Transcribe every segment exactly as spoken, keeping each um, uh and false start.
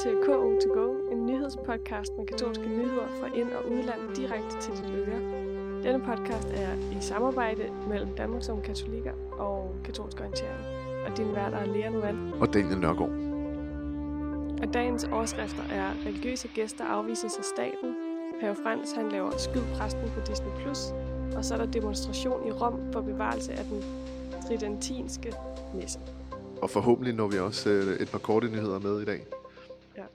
til K O to go, en nyhedspodcast med katolske nyheder fra ind- og udland direkte til dit øre. Denne podcast er i samarbejde mellem Danmarks Unge Katolikker og Katolsk Orientering. Og din vært er Lea Noval og Daniel Nørgaard. Og dagens overskrifter er: religiøse gæster afvises af staten, Pave Frans han laver skyd præsten på Disney plus, og så er der demonstration i Rom for bevarelse af den tridentinske messe. Og forhåbentlig når vi også øh, et par korte nyheder med i dag. Ja.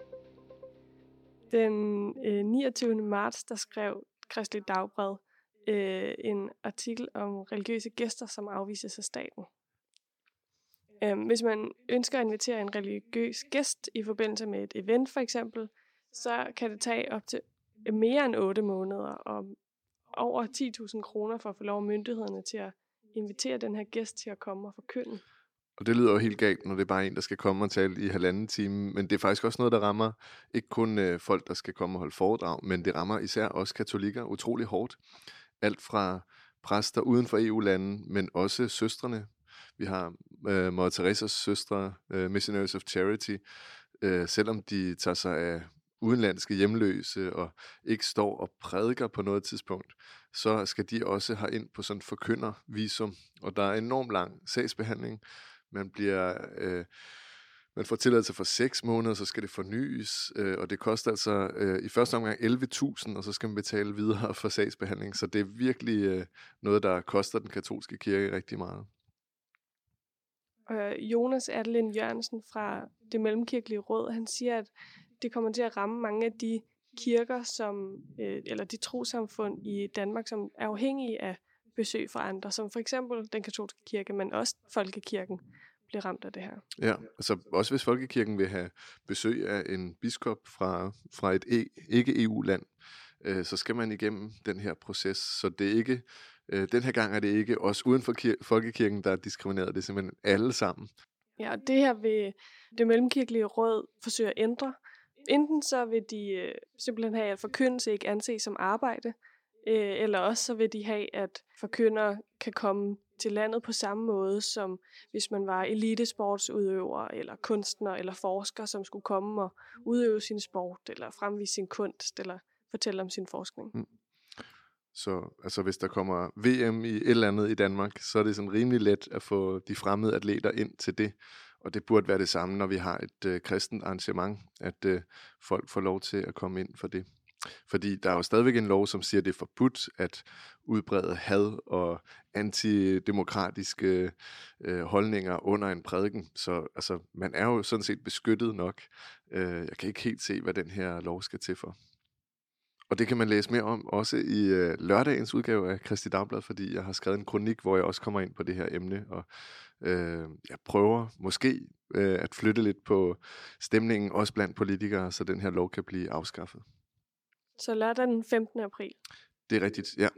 Den øh, niogtyvende marts, der skrev Kristeligt Dagblad øh, en artikel om religiøse gæster, som afvises af staten. Øhm, hvis man ønsker at invitere en religiøs gæst i forbindelse med et event for eksempel, så kan det tage op til mere end otte måneder og over ti tusind kroner for at få lov af myndighederne til at invitere den her gæst til at komme og forkynde. Og det lyder jo helt galt, når det er bare en, der skal komme og tale i halvanden time. Men det er faktisk også noget, der rammer ikke kun øh, folk, der skal komme og holde foredrag, men det rammer især også katolikker utrolig hårdt. Alt fra præster uden for E U-lande, men også søstrene. Vi har øh, Mother Teresas søstre, øh, Missionaries of Charity, øh, selvom de tager sig af udenlandske hjemløse og ikke står og prædiker på noget tidspunkt, så skal de også have ind på sådan en forkyndervisum, og der er enormt lang sagsbehandling. Man bliver øh, man får tilladelse for seks måneder, så skal det fornyes, øh, og det koster altså øh, i første omgang elleve tusind, og så skal man betale videre for sagsbehandling, så det er virkelig øh, noget, der koster den katolske kirke rigtig meget. Øh, Jonas Adelind Jørgensen fra Det Mellemkirkelige Råd, han siger, at det kommer til at ramme mange af de kirker, som, øh, eller de trossamfund i Danmark, som er afhængige af besøg fra andre, som for eksempel den katolske kirke, men også folkekirken bliver ramt af det her. Ja, altså også hvis folkekirken vil have besøg af en biskop fra, fra et e- ikke-E U-land, øh, så skal man igennem den her proces, så det er ikke, øh, den her gang er det ikke os uden for kir- folkekirken, der er diskrimineret, det er simpelthen alle sammen. Ja, og det her vil Det Mellemkirkelige Råd forsøge at ændre. Enten så vil de øh, simpelthen have, at forkyndelse ikke anses som arbejde, øh, eller også så vil de have, at forkyndere kan komme til landet på samme måde, som hvis man var elitesportsudøver, eller kunstner, eller forsker, som skulle komme og udøve sin sport, eller fremvise sin kunst, eller fortælle om sin forskning. Mm. Så altså, hvis der kommer V M i et eller andet i Danmark, så er det sådan rimelig let at få de fremmede atleter ind til det. Og det burde være det samme, når vi har et øh, kristent arrangement, at øh, folk får lov til at komme ind for det. Fordi der er jo stadigvæk en lov, som siger, at det er forbudt at udbrede had og antidemokratiske øh, holdninger under en prædiken. Så altså, man er jo sådan set beskyttet nok. Øh, jeg kan ikke helt se, hvad den her lov skal til for. Og det kan man læse mere om også i øh, lørdagens udgave af Kristeligt Dagblad, fordi jeg har skrevet en kronik, hvor jeg også kommer ind på det her emne, og øh, jeg prøver måske øh, at flytte lidt på stemningen, også blandt politikere, så den her lov kan blive afskaffet. Så lørdag den femtende april. Det er rigtigt, ja.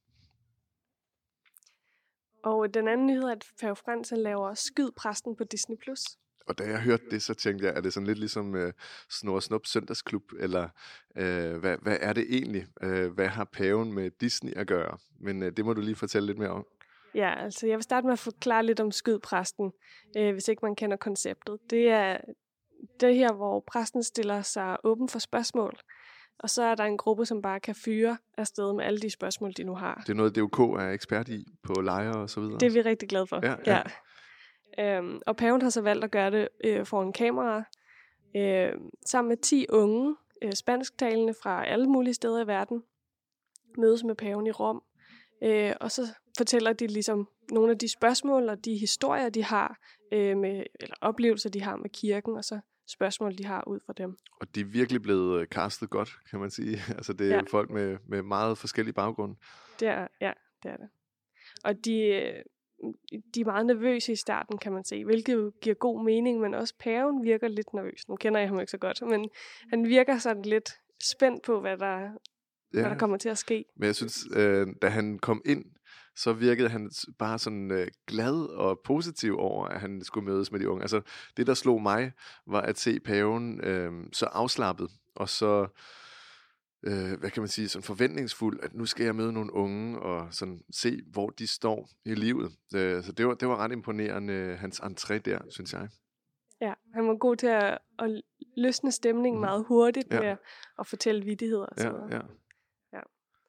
Og den anden nyhed er, at Pave Frans laver skyd præsten på Disney plus. Og da jeg hørte det, så tænkte jeg, er det sådan lidt ligesom øh, Snor Snup Søndagsklub, eller øh, hvad, hvad er det egentlig? Øh, hvad har paven med Disney at gøre? Men øh, det må du lige fortælle lidt mere om. Ja, altså jeg vil starte med at forklare lidt om skydpræsten, øh, hvis ikke man kender konceptet. Det er det her, hvor præsten stiller sig åben for spørgsmål, og så er der en gruppe, som bare kan fyre afsted med alle de spørgsmål, de nu har. Det er noget, D U K er ekspert i, på lejre og så videre. Det er vi rigtig glade for. Ja, ja. ja. Øhm, og paven har så valgt at gøre det øh, foran kamera, øh, sammen med ti unge øh, spansktalende fra alle mulige steder i verden, mødes med paven i Rom, øh, og så fortæller de ligesom nogle af de spørgsmål og de historier, de har, øh, med, eller oplevelser, de har med kirken, og så spørgsmål, de har ud fra dem. Og de er virkelig blevet castet godt, kan man sige. Altså det er ja. folk med, med meget forskellige baggrunde. Det er, ja, det er det. Og de, de er meget nervøse i starten, kan man se, hvilket jo giver god mening, men også paven virker lidt nervøs. Nu kender jeg ham ikke så godt, men han virker sådan lidt spændt på, hvad der, ja. hvad der kommer til at ske. Men jeg synes, øh, da han kom ind, så virkede han bare sådan øh, glad og positiv over, at han skulle mødes med de unge. Altså det, der slog mig, var at se paven øh, så afslappet, og så, øh, hvad kan man sige, sådan forventningsfuld, at nu skal jeg møde nogle unge, og sådan se, hvor de står i livet. Øh, så det var, det var ret imponerende, hans entré der, synes jeg. Ja, han var god til at, at løsne stemningen Mhm. meget hurtigt Ja. med at, at fortælle vittigheder og sådan Ja, noget. ja.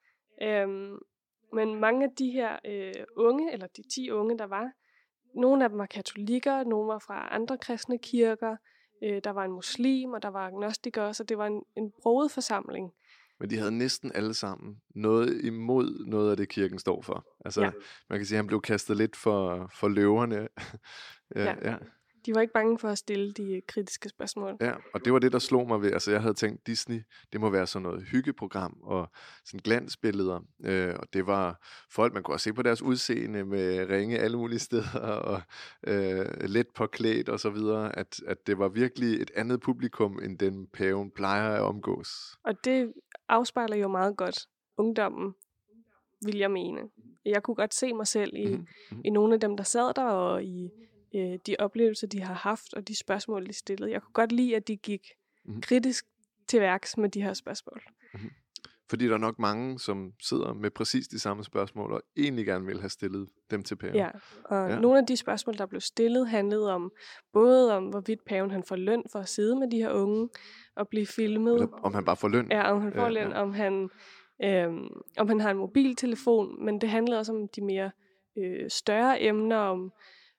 Øhm, men mange af de her øh, unge, eller de ti unge, der var, nogle af dem var katolikker, nogle var fra andre kristne kirker, øh, der var en muslim, og der var agnostikere, så det var en, en broget forsamling. Men de havde næsten alle sammen noget imod noget af det, kirken står for. Altså, Ja. man kan sige, at han blev kastet lidt for, for løverne. ja, Ja. ja. De var ikke bange for at stille de kritiske spørgsmål. Ja, og det var det, der slog mig ved. Altså, jeg havde tænkt, Disney, det må være sådan noget hyggeprogram og sådan glansbilleder. Øh, og det var folk, man kunne også se på deres udseende med ringe alle mulige steder og øh, let påklædt og så videre, at, at det var virkelig et andet publikum, end den paven plejer at omgås. Og det afspejler jo meget godt ungdommen, vil jeg mene. Jeg kunne godt se mig selv i, Mm-hmm. i nogle af dem, der sad der, og i øh, de oplevelser, de har haft, og de spørgsmål, de stillede. Jeg kunne godt lide, at de gik Mhm. kritisk til værks med de her spørgsmål. Fordi der er nok mange, som sidder med præcis de samme spørgsmål, og egentlig gerne vil have stillet dem til paven. Ja, og Ja. ja. nogle af de spørgsmål, der blev stillet, handlede om både om, hvorvidt paven han får løn for at sidde med de her unge og blive filmet. Eller om han bare får løn. Ja, om han får Ja, løn, ja. om han, øhm, om han har en mobiltelefon, men det handlede også om de mere øh, større emner, om,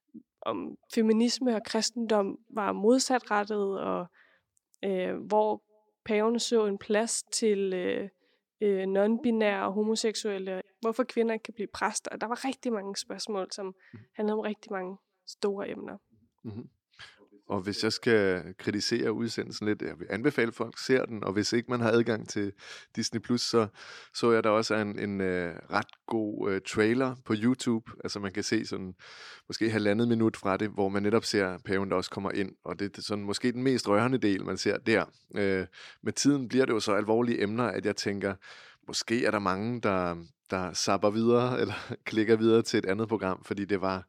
om feminisme og kristendom var modsatrettet, og øh, hvor paven så en plads til øh, øh, non-binære og homoseksuelle, hvorfor kvinder ikke kan blive præster. Der var rigtig mange spørgsmål, som handlede om rigtig mange store emner. Mm-hmm. Og hvis jeg skal kritisere udsendelsen lidt, jeg vil anbefale folk ser den, og hvis ikke man har adgang til Disney Plus, så så jeg der også er en, en uh, ret god uh, trailer på YouTube, altså man kan se sådan måske halvandet minut fra det, hvor man netop ser paven, der også kommer ind, og det er sådan måske den mest rørende del, man ser der. Uh, med tiden bliver det jo så alvorlige emner, at jeg tænker, måske er der mange, der, der zapper videre, eller klikker videre til et andet program, fordi det var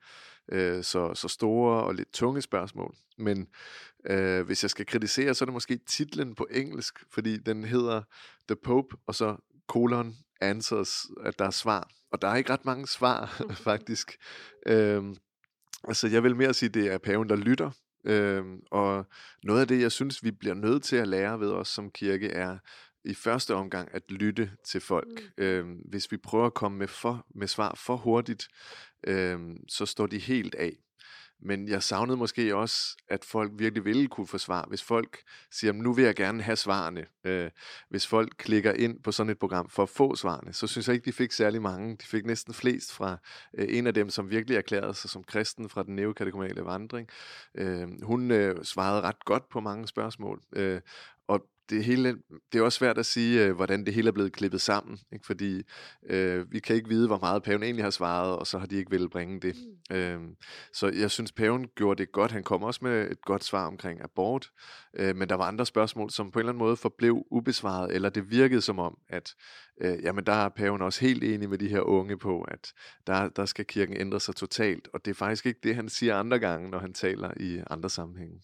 Så, så store og lidt tunge spørgsmål. Men øh, hvis jeg skal kritisere, så er det måske titlen på engelsk, fordi den hedder The Pope, og så colon answers, at der er svar. Og der er ikke ret mange svar, faktisk. Øhm, altså, jeg vil mere sige, at det er paven, der lytter. Øhm, og noget af det, jeg synes, vi bliver nødt til at lære ved os som kirke, er i første omgang at lytte til folk. Mm. Øhm, hvis vi prøver at komme med, for, med svar for hurtigt, øhm, så står de helt af. Men jeg savnede måske også, at folk virkelig ville kunne få svar. Hvis folk siger, nu vil jeg gerne have svarene. Øh, hvis folk klikker ind på sådan et program for at få svarene, så synes jeg ikke, de fik særlig mange. De fik næsten flest fra øh, en af dem, som virkelig erklærede sig som kristen fra den neokatekumale vandring. Øh, hun øh, svarede ret godt på mange spørgsmål. Øh, og det hele, det er også svært at sige, øh, hvordan det hele er blevet klippet sammen, ikke? Fordi øh, vi kan ikke vide, hvor meget paven egentlig har svaret, og så har de ikke ville bringe det. Mm. Øh, så jeg synes, paven gjorde det godt. Han kom også med et godt svar omkring abort, øh, men der var andre spørgsmål, som på en eller anden måde forblev ubesvaret, eller det virkede som om, at øh, jamen, der er paven også helt enig med de her unge på, at der, der skal kirken ændre sig totalt, og det er faktisk ikke det, han siger andre gange, når han taler i andre sammenhænge.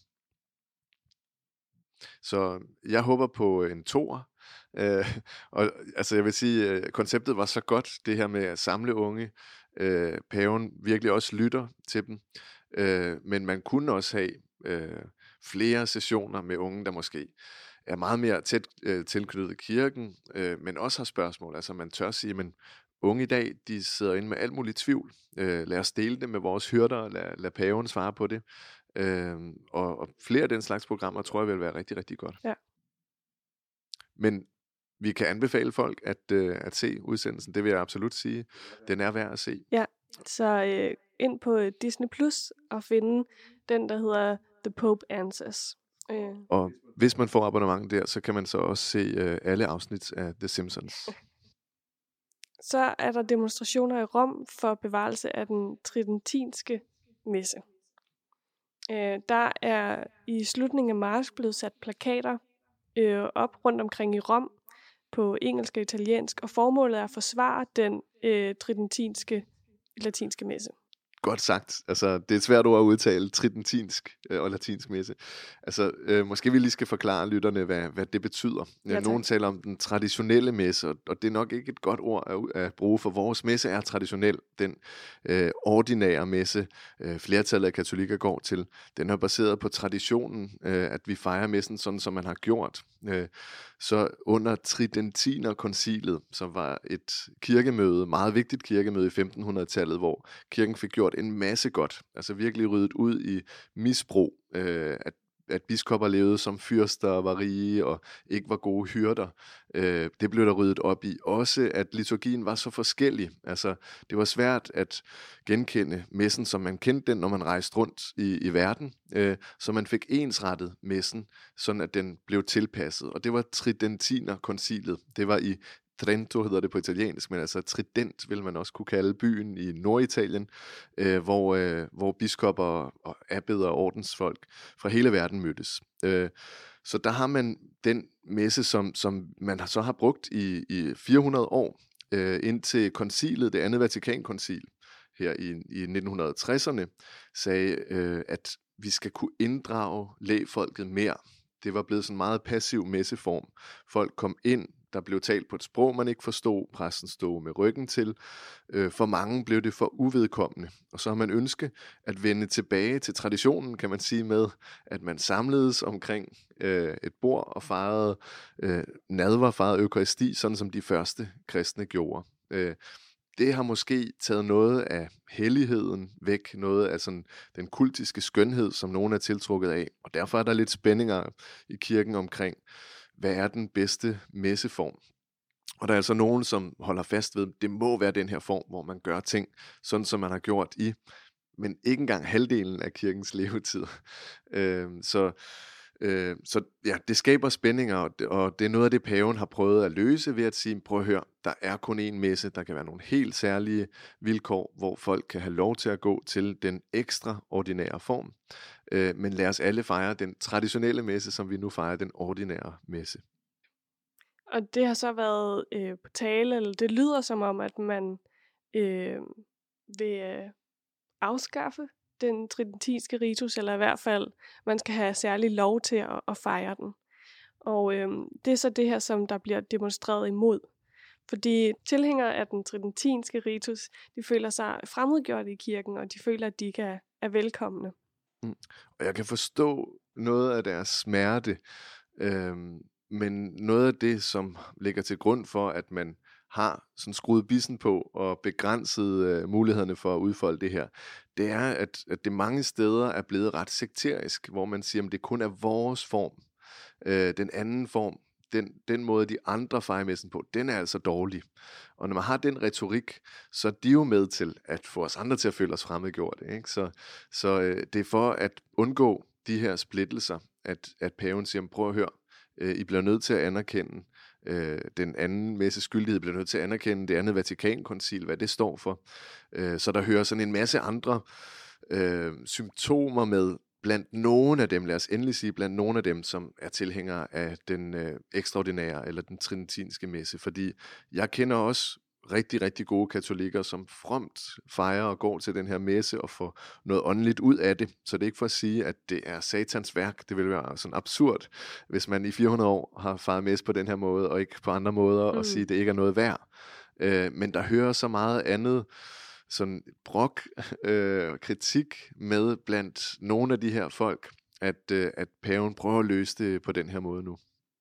Så jeg håber på en toer. Øh, og altså jeg vil sige, øh, konceptet var så godt, det her med at samle unge. Øh, paven virkelig også lytter til dem. Øh, men man kunne også have øh, flere sessioner med unge, der måske er meget mere tæt øh, tilknyttet kirken, øh, men også har spørgsmål. Altså man tør sige, men unge i dag, de sidder inde med alt muligt tvivl. Øh, lad os dele det med vores hyrder, og lad, lad paven svare på det. Øhm, og, og flere af den slags programmer tror jeg vil være rigtig, rigtig godt. Ja. Men vi kan anbefale folk at, øh, at se udsendelsen, det vil jeg absolut sige. Den er værd at se. Ja, så øh, ind på Disney Plus og finde den, der hedder The Pope Answers. Øh. Og hvis man får abonnement der, så kan man så også se øh, alle afsnit af The Simpsons. Så er der demonstrationer i Rom for bevarelse af den tridentinske messe. Øh, der er i slutningen af marts blevet sat plakater øh, op rundt omkring i Rom på engelsk og italiensk, og formålet er at forsvare den øh, tridentinske latinske messe. Godt sagt. Altså, det er et svært ord at udtale, tridentinsk øh, og latinsk messe. Altså, øh, måske vi lige skal forklare lytterne, hvad, hvad det betyder. Ja, Nogen tak. taler om den traditionelle messe, og, og det er nok ikke et godt ord at, at bruge, for vores messe er traditionel. Den øh, ordinære messe, øh, flertallet af katolikker går til, den er baseret på traditionen, øh, at vi fejrer messen sådan, som man har gjort. Øh, så under Tridentinerkoncilet, som var et kirkemøde, meget vigtigt kirkemøde i femtenhundredetallet, hvor kirken fik gjort en masse godt, altså virkelig ryddet ud i misbrug, øh, at at biskopper levede som fyrster, var rige og ikke var gode hyrder. Øh, det blev der ryddet op i. Også at liturgien var så forskellig. Altså, det var svært at genkende messen, som man kendte den, når man rejste rundt i, i verden. Øh, så man fik ensrettet messen, sådan at den blev tilpasset. Og det var Tridentinerkoncilet. Det var i Trento hedder det på italiensk, men altså Trident vil man også kunne kalde byen i Norditalien, øh, hvor, øh, hvor biskopper og abbeder og ordensfolk fra hele verden mødtes. Øh, så der har man den messe, som, som man så har brugt i, i fire hundrede år, øh, indtil koncilet, det andet Vatikankoncil, her i, i nitten tresserne, sagde, øh, at vi skal kunne inddrage lægfolket mere. Det var blevet sådan en meget passiv messeform. Folk kom ind, der blev talt på et sprog, man ikke forstod. Præsten stod med ryggen til. Øh, for mange blev det for uvedkommende. Og så har man ønsket at vende tilbage til traditionen, kan man sige, med, at man samledes omkring øh, et bord og fejrede øh, nadver, fejrede økaristi, sådan som de første kristne gjorde. Øh, det har måske taget noget af helligheden væk, noget af sådan den kultiske skønhed, som nogen er tiltrukket af. Og derfor er der lidt spændinger i kirken omkring, hvad er den bedste messeform? Og der er altså nogen, som holder fast ved, det må være den her form, hvor man gør ting, sådan som man har gjort i, men ikke engang halvdelen af kirkens levetid. Øh, så, øh, så ja, det skaber spændinger, og det, og det er noget af det, paven har prøvet at løse ved at sige, prøv at høre, der er kun én messe, der kan være nogle helt særlige vilkår, hvor folk kan have lov til at gå til den ekstraordinære form. Øh, men lad os alle fejre den traditionelle messe, som vi nu fejrer, den ordinære messe. Og det har så været øh, på tale, eller det lyder som om, at man øh, vil øh, afskaffe den tridentinske ritus, eller i hvert fald, man skal have særlig lov til at, at fejre den. Og øh, det er så det her, som der bliver demonstreret imod. Fordi tilhængere af den tridentinske ritus, de føler sig fremmedgjort i kirken, og de føler, at de ikke er, er velkomne. Mm. Og jeg kan forstå noget af deres smerte, øhm, men noget af det, som ligger til grund for, at man har sådan skruet bissen på og begrænset øh, mulighederne for at udfolde det her, det er, at, at det mange steder er blevet ret sekterisk, hvor man siger, at det kun er vores form. Øh, den anden form, den, den måde, de andre fejrer messen på, den er altså dårlig. Og når man har den retorik, så er de jo med til at få os andre til at føle os fremmedgjort. Ikke? Så, så øh, det er for at undgå de her splittelser, at, at paven siger, prøv at høre, øh, I bliver nødt til at anerkende øh, den anden messe skyldighed, I bliver nødt til at anerkende det andet Vatikankoncil, hvad det står for. Øh, så der hører sådan en masse andre øh, symptomer med, blandt nogle af dem, lad os endelig sige, blandt nogle af dem, som er tilhængere af den øh, ekstraordinære eller den tridentinske messe. Fordi jeg kender også rigtig, rigtig gode katolikker, som fromt fejrer og går til den her messe og får noget åndeligt ud af det. Så det er ikke for at sige, at det er satans værk. Det vil være sådan absurd, hvis man i fire hundrede år har fejret messe på den her måde, og ikke på andre måder, mm. og sige, at det ikke er noget værd. Øh, men der hører så meget andet sådan brok, øh, kritik med blandt nogle af de her folk, at, øh, at paven prøver at løse det på den her måde nu.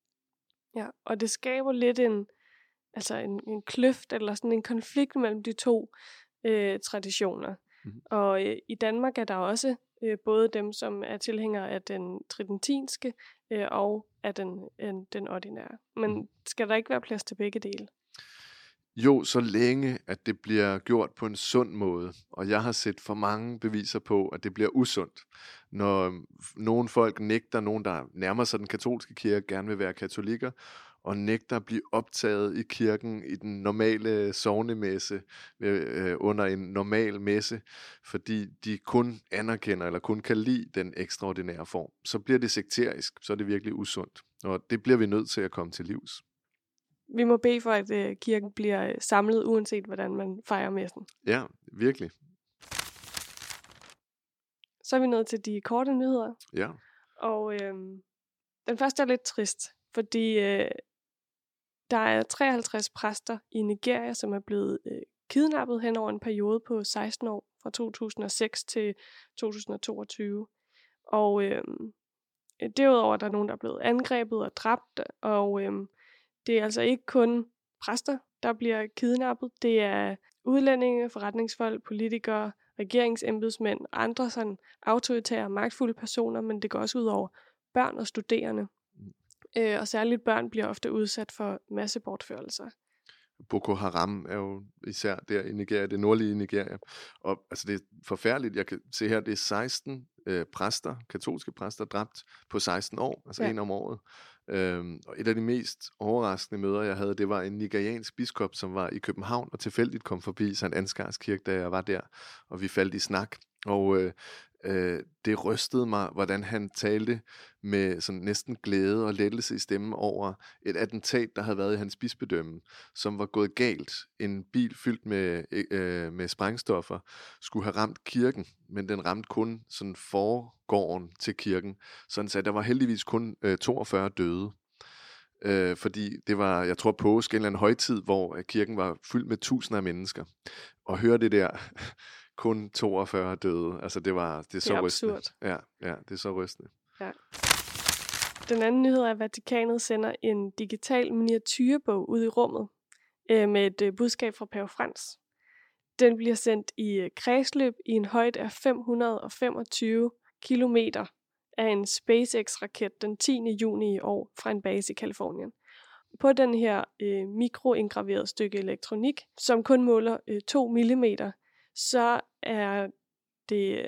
Ja, og det skaber lidt en, altså en, en kløft, eller sådan en konflikt mellem de to øh, traditioner. Mm-hmm. Og øh, i Danmark er der også øh, både dem, som er tilhængere af den tridentinske, øh, og af den, en, den ordinære. Men mm. skal der ikke være plads til begge dele? Jo, så længe, at det bliver gjort på en sund måde. Og jeg har set for mange beviser på, at det bliver usundt. Når nogle folk nægter, nogen der nærmer sig den katolske kirke, gerne vil være katolikker, og nægter at blive optaget i kirken i den normale sognemesse, øh, under en normal messe, fordi de kun anerkender, eller kun kan lide den ekstraordinære form, så bliver det sekterisk, så er det virkelig usundt. Og det bliver vi nødt til at komme til livs. Vi må bede for, at øh, kirken bliver samlet, uanset hvordan man fejrer messen. Ja, virkelig. Så er vi nået til de korte nyheder. Ja. Og øh, den første er lidt trist, fordi øh, der er treoghalvtreds præster i Nigeria, som er blevet øh, kidnappet hen over en periode på seksten år, fra to tusind og seks til to tusind og toogtyve. Og øh, derudover der er nogen, der er blevet angrebet og dræbt, og øh, det er altså ikke kun præster, der bliver kidnappet. Det er udlændinge, forretningsfolk, politikere, regeringsembedsmænd og andre sådan autoritære, magtfulde personer, men det går også ud over børn og studerende. Øh, og særligt børn bliver ofte udsat for massebortførelser. Boko Haram er jo især der i Nigeria, det nordlige Nigeria. Og altså det er forfærdeligt. Jeg kan se her, det er seksten øh, præster, katolske præster, dræbt på seksten år, altså ja. en om året. Øhm, og et af de mest overraskende møder, jeg havde, det var en nigeriansk biskop, som var i København og tilfældigt kom forbi Sankt Ansgars Kirke, da jeg var der, og vi faldt i snak. Og øh, øh, det rystede mig, hvordan han talte med sådan næsten glæde og lettelse i stemmen over et attentat, der havde været i hans bispedømme, som var gået galt. En bil fyldt med, øh, med sprængstoffer skulle have ramt kirken, men den ramte kun sådan forgården til kirken. Sådan så der var heldigvis kun øh, toogfyrre døde. Øh, fordi det var, jeg tror, påske, en eller anden højtid, hvor kirken var fyldt med tusinder af mennesker. Og høre det der... kun toogfyrre døde. Altså det var det er, det er så rystende. Ja, ja, det er så rystende. Ja. Den anden nyhed er, at Vatikanet sender en digital miniatyrebog ud i rummet øh, med et øh, budskab fra Pave Frans. Den bliver sendt i øh, kredsløb i en højde af fem hundrede og femogtyve kilometer af en SpaceX-raket den tiende juni i år fra en base i Californien. På den her øh, mikroingraverede stykke elektronik, som kun måler øh, to millimeter, så er det,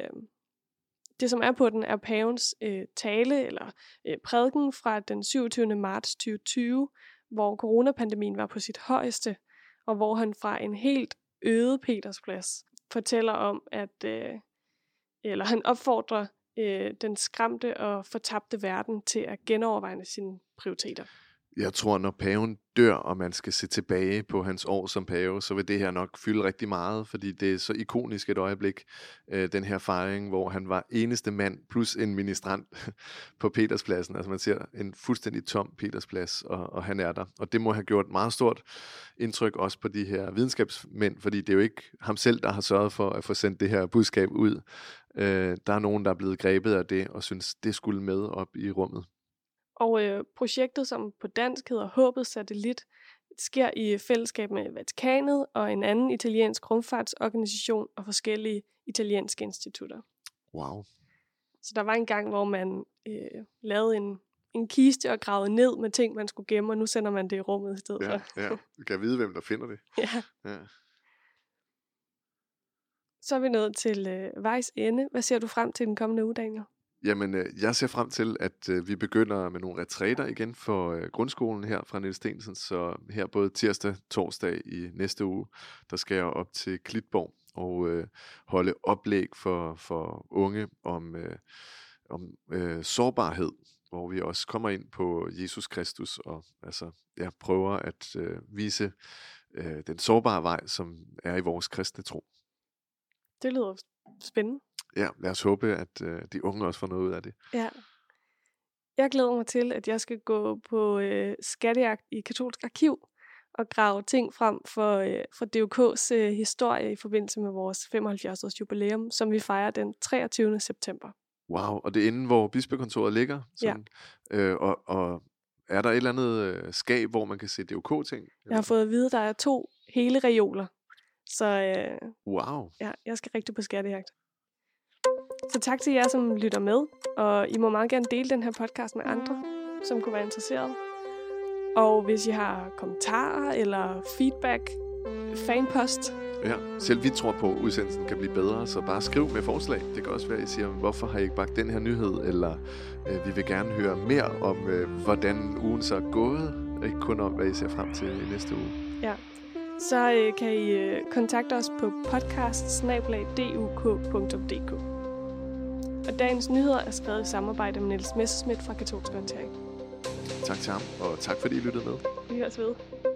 det som er på den, er pavens øh, tale eller øh, prædiken fra den syvogtyvende marts tyve tyve, hvor coronapandemien var på sit højeste, og hvor han fra en helt øde Petersplads fortæller om, at øh, eller han opfordrer øh, den skræmte og fortabte verden til at genoverveje sine prioriteter. Jeg tror, når paven dør, og man skal se tilbage på hans år som pave, så vil det her nok fylde rigtig meget, fordi det er så ikonisk et øjeblik, øh, den her fejring, hvor han var eneste mand plus en ministrant på Peterspladsen. Altså man ser en fuldstændig tom Petersplads, og, og han er der. Og det må have gjort meget stort indtryk også på de her videnskabsmænd, fordi det er jo ikke ham selv, der har sørget for at få sendt det her budskab ud. Øh, der er nogen, der er blevet grebet af det, og synes, det skulle med op i rummet. Og øh, projektet, som på dansk hedder Håbets Satellit, sker i fællesskab med Vatikanet og en anden italiensk rumfartsorganisation og forskellige italienske institutter. Wow. Så der var en gang, hvor man øh, lavede en, en kiste og gravede ned med ting, man skulle gemme, og nu sender man det i rummet i stedet ja, for. Ja, vi kan vide, hvem der finder det. ja. ja. Så er vi nået til øh, vejs ende. Hvad ser du frem til den kommende uge, Daniel? Jamen, jeg ser frem til, at vi begynder med nogle retræter igen for grundskolen her fra Niels Steensen. Så her både tirsdag, torsdag i næste uge, der skal jeg op til Klitborg og øh, holde oplæg for, for unge om, øh, om øh, sårbarhed, hvor vi også kommer ind på Jesus Kristus og altså, jeg prøver at øh, vise øh, den sårbare vej, som er i vores kristne tro. Det lyder spændende. Ja, lad os håbe, at øh, de unge også får noget ud af det. Ja. Jeg glæder mig til, at jeg skal gå på øh, skattejagt i Katolsk Arkiv og grave ting frem for, øh, for D U K's øh, historie i forbindelse med vores femoghalvfjerds års jubilæum, som vi fejrer den treogtyvende september. Wow, og det er inden, hvor bispekontoret ligger? Sådan, ja. Øh, og, og er der et eller andet øh, skab, hvor man kan se D U K-ting? Jeg har fået at vide, at der er to hele reoler. Så øh, wow. Ja, jeg skal rigtig på skattejagt. Så tak til jer, som lytter med, og I må meget gerne dele den her podcast med andre, som kunne være interesseret. Og hvis I har kommentarer eller feedback, fanpost. Ja, selv vi tror på, at udsendelsen kan blive bedre, så bare skriv med forslag. Det kan også være, at I siger, hvorfor har I ikke bagt den her nyhed, eller øh, vi vil gerne høre mere om, øh, hvordan ugen så er gået, ikke kun om, hvad I ser frem til i næste uge. Ja, så øh, kan I øh, kontakte os på podcast snabel-a d u k punktum d k. Og dagens nyheder er skrevet i samarbejde med Niels Messerschmidt fra Katolsk Orientering. Tak til ham, og tak fordi I lyttede med. Vi høres ved.